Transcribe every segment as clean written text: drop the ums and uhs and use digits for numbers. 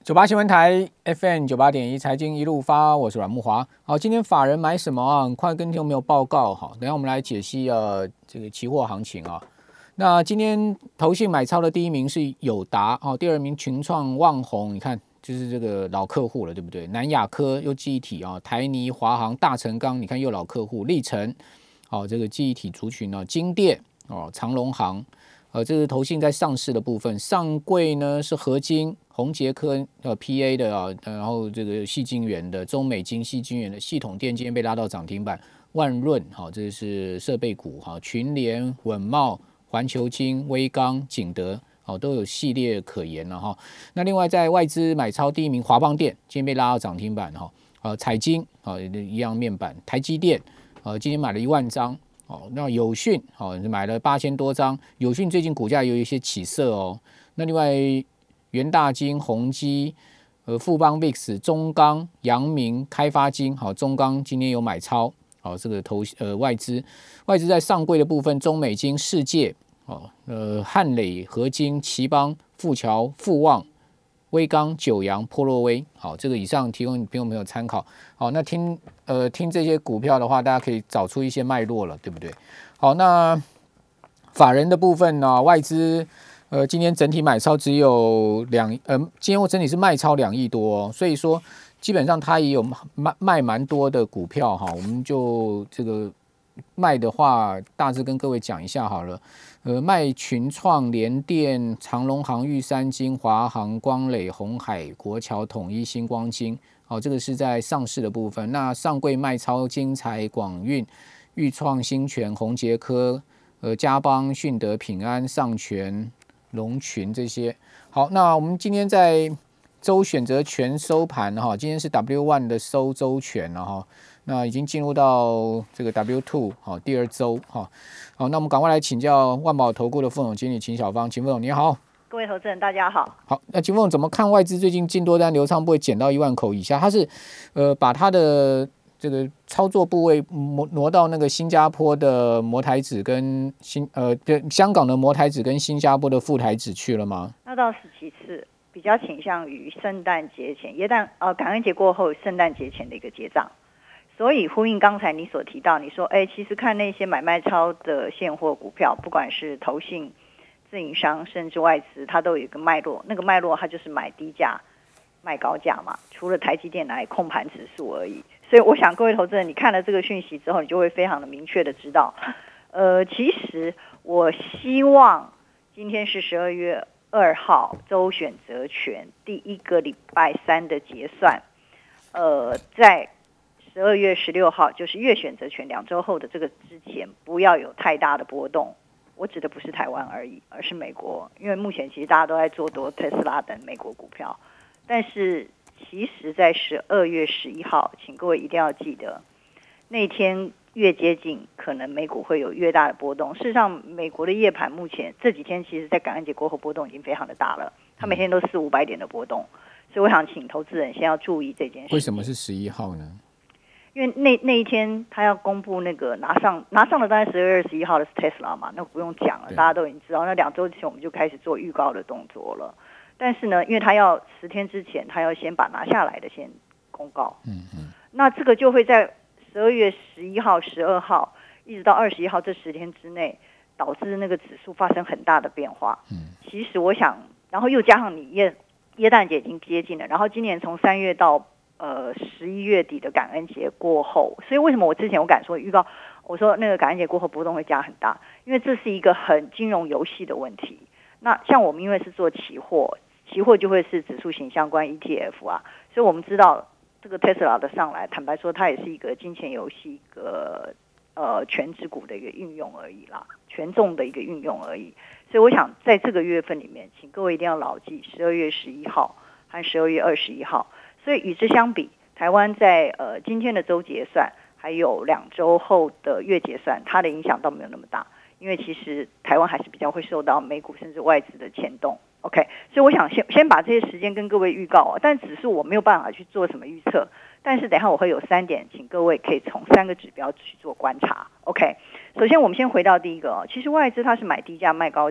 98新闻台 FM 98.1财经一路发，我是阮慕骅。好，今天法人买什么啊？很快跟听众朋友报告哈。等一下我们来解析这个期货行情啊。那今天投信买超的第一名是友达哦，第二名群创、旺宏，你看就是这个老客户了，对不对？南亚科又记忆体啊，台泥、华航、大成钢，你看又老客户，力成，好、这个记忆体族群呢，金电哦，长荣航。这是投信在上市的部分，上柜呢是合金、宏捷科PA 的啊，然后这个矽晶圆的、中美晶矽晶圆的系统电今天被拉到涨停板，万润好，这是设备股哈，群联、稳懋、环球晶、威刚、景德好都有系列可言了哈。那另外在外资买超第一名华邦电今天被拉到涨停板哈，彩晶啊一样面板，台积电今天买了1万张。那友讯买了8000多张，友讯最近股价有一些起色哦。那另外元大金、宏基、富邦 VIX、中钢、阳明、开发金，中钢今天有买超，这个外资在上柜的部分，中美金、世界汉磊、合金、奇邦、富桥、富旺、威刚、九阳、波若威，好，这个以上提供听众朋友参考。好，那听这些股票的话，大家可以找出一些脉络了，对不对？好，那法人的部分呢，外资今天整体买超只有今天我整体是卖超2亿多所以说基本上它也有卖蛮多的股票哈，我们就这个卖的话，大致跟各位讲一下好了。卖群创、联电、长荣航、玉山金、华航、光磊、鸿海、国桥、统一、星光金，这个是在上市的部分。那上柜卖超精彩、广运、裕创、新泉、宏捷科、嘉邦、迅德、平安、上泉、龙群这些。好，那我们今天在周选择权收盘哈，今天是 W1 的收周权了哈。那已经进入到这个 W2 好第二周哈，好，那我们赶快来请教万宝投顾的副总经理秦小芳，秦副总你好。 各位投资人大家好。 好，那秦副总怎么看外资最近净多单流畅部位减到1万口以下？他是把他的这个操作部位挪到那个新加坡的摩台指跟香港的摩台指跟新加坡的副台指去了吗？ 那倒是其次，比较倾向于圣诞节前感恩节过后圣诞节前的一个结账。所以呼应刚才你所提到，你说其实看那些买卖超的现货股票，不管是投信、自营商甚至外资，它都有一个脉络，那个脉络它就是买低价卖高价嘛，除了台积电来控盘指数而已。所以我想各位投资人，你看了这个讯息之后，你就会非常的明确的知道，其实我希望今天是12月2号周选择权第一个礼拜三的结算，在12月16号就是月选择权2周后的这个之前，不要有太大的波动。我指的不是台湾而已，而是美国，因为目前其实大家都在做多特斯拉等美国股票。但是其实在12月11号，请各位一定要记得，那天越接近，可能美股会有越大的波动。事实上，美国的夜盘目前这几天，其实在感恩节过后波动已经非常的大了，它每天都400-500点的波动。所以我想请投资人先要注意这件事。 为什么是11号呢？ 因为那一天他要公布那个拿上的，当然12月21号的是 Tesla 嘛，那不用讲了，大家都已经知道。那2周前我们就开始做预告的动作了。但是呢，因为他要10天之前，他要先把拿下来的先公告。那这个就会在12月11号、12号一直到21号这10天之内，导致那个指数发生很大的变化。其实我想，然后又加上你耶诞节已经接近了，然后今年从3月到11月底的感恩节过后，所以为什么我之前我敢说预告，我说那个感恩节过后波动会加很大，因为这是一个很金融游戏的问题。那像我们因为是做期货就会是指数型相关 ETF 啊，所以我们知道这个 Tesla 的上来，坦白说它也是一个金钱游戏，一个全指股的一个运用而已啦，权重的一个运用而已。所以我想在这个月份里面，请各位一定要牢记12月11号和12月21号。所以与之相比，台湾在今天的周结算，还有2周后的月结算，它的影响倒没有那么大，因为其实台湾还是比较会受到美股甚至外资的牵动。OK， 所以我想先把这些时间跟各位预告但指数我没有办法去做什么预测，但是等一下我会有3点，请各位可以从3个指标去做观察。OK， 首先我们先回到第一个其实外资它是买低价卖高价，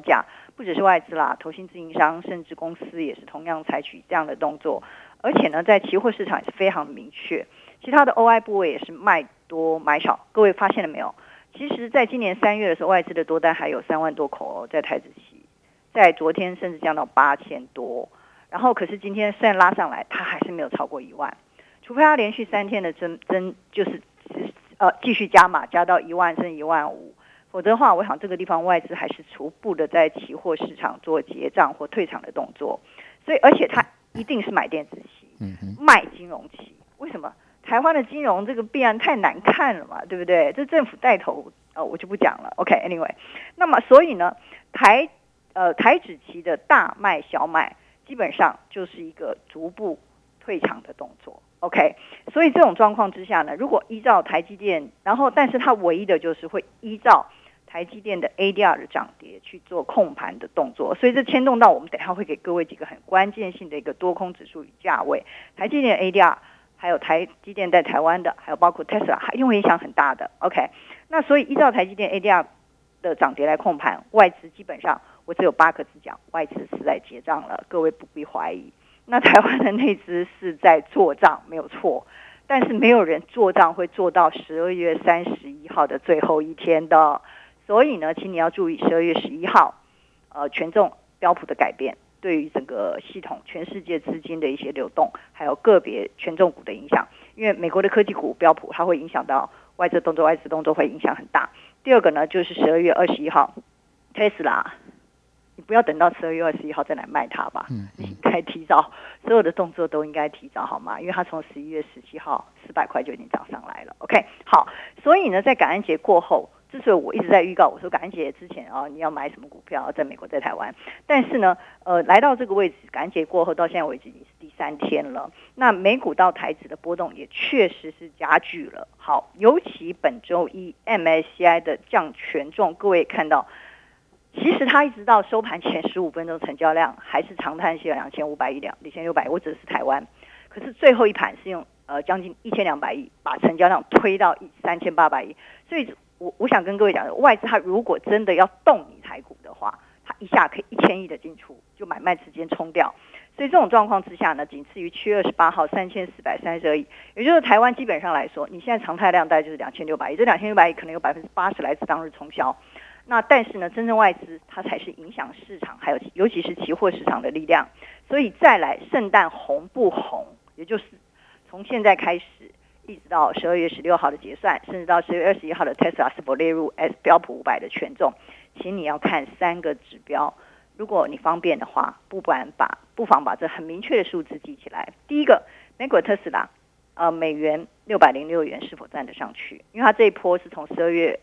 不只是外资啦，投信自营商甚至公司也是同样采取这样的动作，而且呢，在期货市场也是非常的明确，其他的 OI 部位也是卖多买少，各位发现了没有？其实在今年3月的时候，外资的多单还有3万多口在台指期，在昨天甚至降到8000多，然后可是今天虽然拉上来，它还是没有超过1万，除非它连续3天的就是继续加码，加到1万甚至1万5，否则的话，我想这个地方外资还是逐步的在期货市场做结账或退场的动作，所以而且它一定是买电子期，卖金融期，为什么？台湾的金融这个弊案太难看了嘛，对不对？这政府带头，我就不讲了。OK，anyway，那么所以呢，台指期的大卖小买，基本上就是一个逐步退场的动作。OK， 所以这种状况之下呢，如果依照台积电，然后但是它唯一的就是会依照台积电的 ADR 的涨跌去做控盘的动作，所以这牵动到我们等一下会给各位几个很关键性的一个多空指数与价位，台积电 ADR。还有台积电在台湾的，还有包括 Tesla， 还因为影响很大的。OK， 那所以依照台积电 ADR 的涨跌来控盘，外资基本上我只有8个字讲，外资是在结账了，各位不必怀疑。那台湾的内资是在做账，没有错，但是没有人做账会做到12月31号的最后一天的，所以呢，请你要注意12月11号，权重标普的改变。对于整个系统全世界资金的一些流动，还有个别权重股的影响，因为美国的科技股标普它会影响到外资动作会影响很大。第二个呢，就是12月21号 Tesla， 你不要等到12月21号再来卖它吧，你应该提早，所有的动作都应该提早好吗？因为它从11月17号400块就已经涨上来了。OK， 好，所以呢，在感恩节过后。之所以我一直在预告，我说感恩节之前你要买什么股票，在美国，在台湾。但是呢，来到这个位置，感恩节过后到现在为止已经是第3天了。那美股到台指的波动也确实是加剧了。好，尤其本周一 MSCI 的降权重，各位看到，其实它一直到收盘前15分钟成交量还是长叹息了2500亿2600亿，我指的是台湾。可是最后一盘是用将近1200亿把成交量推到3800亿，所以。我想跟各位讲的，外资它如果真的要动你台股的话，它一下可以1000亿的进出，就买卖之间冲掉。所以这种状况之下呢，仅次于7月28号3432亿，也就是台湾基本上来说，你现在常态量大概就是2600亿，这2600亿可能有80%来自当日冲销。那但是呢，真正外资它才是影响市场，还有尤其是期货市场的力量。所以再来圣诞红不红，也就是从现在开始。一直到12月16号的结算，甚至到10月21号的 Tesla 是否列入 标普500的权重，请你要看3个指标。如果你方便的话，不妨把这很明确的数字记起来。第一个，美国特斯拉美元606元是否站得上去？因为它这一波是从11月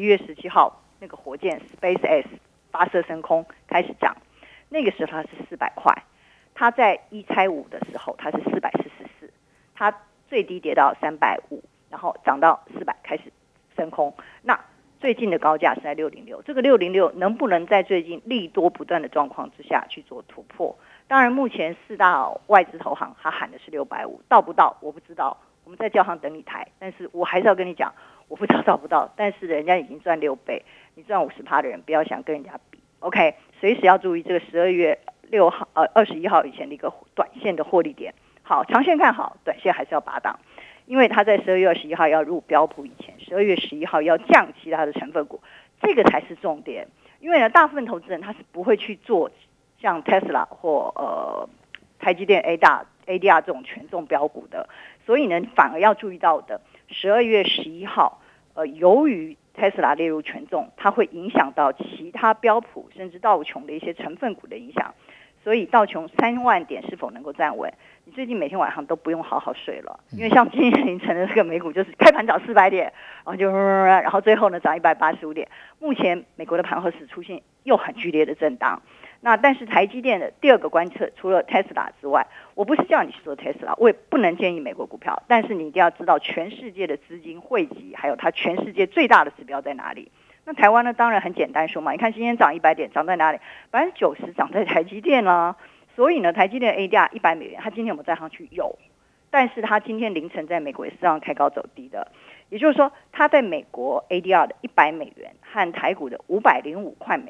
17号那个火箭 SpaceX 发射升空开始涨，那个时候它是400块，它在1拆5的时候它是444，它最低跌到350，然后涨到400开始升空。那最近的高价是在606，这个606能不能在最近利多不断的状况之下去做突破？当然，目前4大外资投行他喊的是650，到不到我不知道，我们在教行等你台。但是我还是要跟你讲，我不知道到不到，但是人家已经赚6倍，你赚50%的人不要想跟人家比。OK， 随时要注意这个12月21号以前的一个短线的获利点。好，长线看好，短线还是要拔档，因为它在12月21号要入标普以前，12月11号要降其他的成分股，这个才是重点。因为呢，大部分投资人他是不会去做像 Tesla 或台积电 ADR 这种权重标股的，所以呢，反而要注意到的，12月11号，由于 Tesla 列入权重，它会影响到其他标普甚至道琼的一些成分股的影响。所以道琼3万点是否能够站稳？你最近每天晚上都不用好好睡了，因为像今天凌晨的这个美股就是开盘涨400点，然后最后呢涨185点。目前美国的盘后市出现又很剧烈的震荡。那但是台积电的第二个观测，除了 Tesla 之外，我不是叫你去做 Tesla， 我也不能建议美国股票，但是你一定要知道全世界的资金汇集，还有它全世界最大的指标在哪里。那台湾呢，当然很简单说嘛，你看今天涨100点，涨在哪里？90%涨在台积电啦。所以呢，台积电 ADR 100美元，它今天有没有站上去？有，但是它今天凌晨在美国也是这样开高走低的。也就是说，它在美国 ADR 的100美元和台股的505块美元是否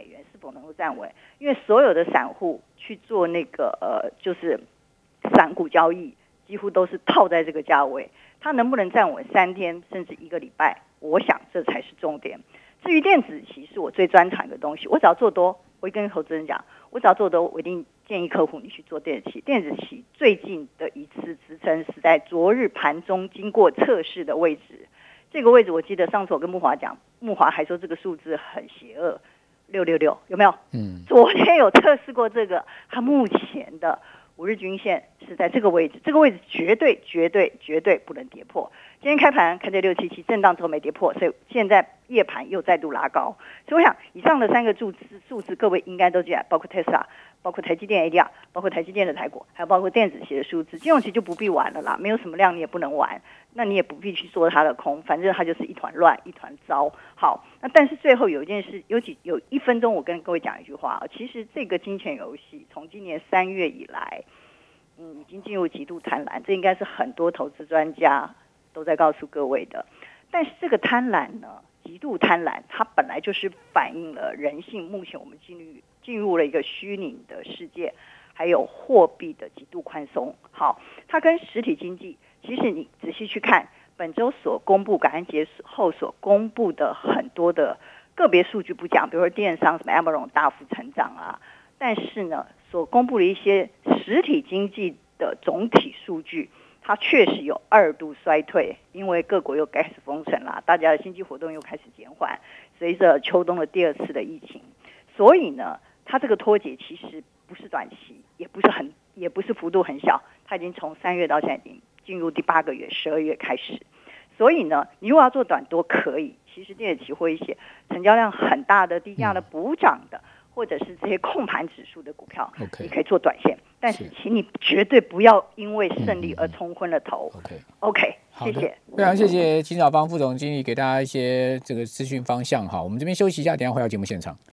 否能够站稳，因为所有的散户去做那个就是散股交易，几乎都是套在这个价位，它能不能站稳3天甚至1个礼拜，我想这才是重点。至于电子期是我最专长的东西，我只要做多，我会跟投资人讲，我只要做多，我一定建议客户你去做电子期。电子期最近的一次支撑是在昨日盘中经过测试的位置，这个位置我记得上次我跟木华讲，木华还说这个数字很邪恶，666有没有？昨天有测试过这个，它目前的5日均线是在这个位置，这个位置绝对不能跌破。今天开盘看这677震荡之后没跌破，所以现在夜盘又再度拉高。所以我想以上的3个数字各位应该都记得，包括 Tesla， 包括台积电 ADR， 包括台积电的台股，还有包括电子期的数字。金融期就不必玩了啦，没有什么量你也不能玩，那你也不必去做它的空，反正它就是一团乱一团糟。好，那但是最后有一件事，有1分钟我跟各位讲一句话，其实这个金钱游戏从今年3月以来已经进入极度贪婪，这应该是很多投资专家都在告诉各位的。但是这个贪婪呢，极度贪婪，它本来就是反映了人性。目前我们进入了一个虚拟的世界，还有货币的极度宽松。好，它跟实体经济，其实你仔细去看，本周所公布感恩节后所公布的很多的个别数据不讲，比如说电商什么 Amazon 大幅成长啊，但是呢，所公布的一些实体经济的总体数据，它确实有2度衰退，因为各国又开始封城啦，大家的经济活动又开始减缓，随着秋冬的第2次的疫情，所以呢，它这个脱节其实不是短期，也不是幅度很小，它已经从3月到现在已经进入第8个月，12月开始。所以呢，你如果要做短多可以，其实电子期或一些成交量很大的低价的补涨的，或者是这些控盘指数的股票，你可以做短线，但是请你绝对不要因为胜利而冲昏了头。OK， 谢谢， 非常谢谢金小芳副总经理给大家一些这个资讯方向哈。我们这边休息一下，等一下回到节目现场。